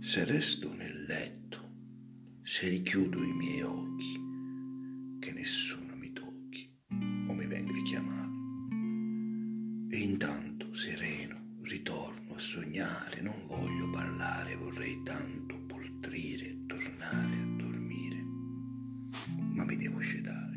Se resto nel letto, se richiudo i miei occhi, che nessuno mi tocchi o mi venga a chiamare. E intanto, sereno, ritorno a sognare, non voglio parlare, vorrei tanto poltrire e tornare a dormire, ma mi devo sedare.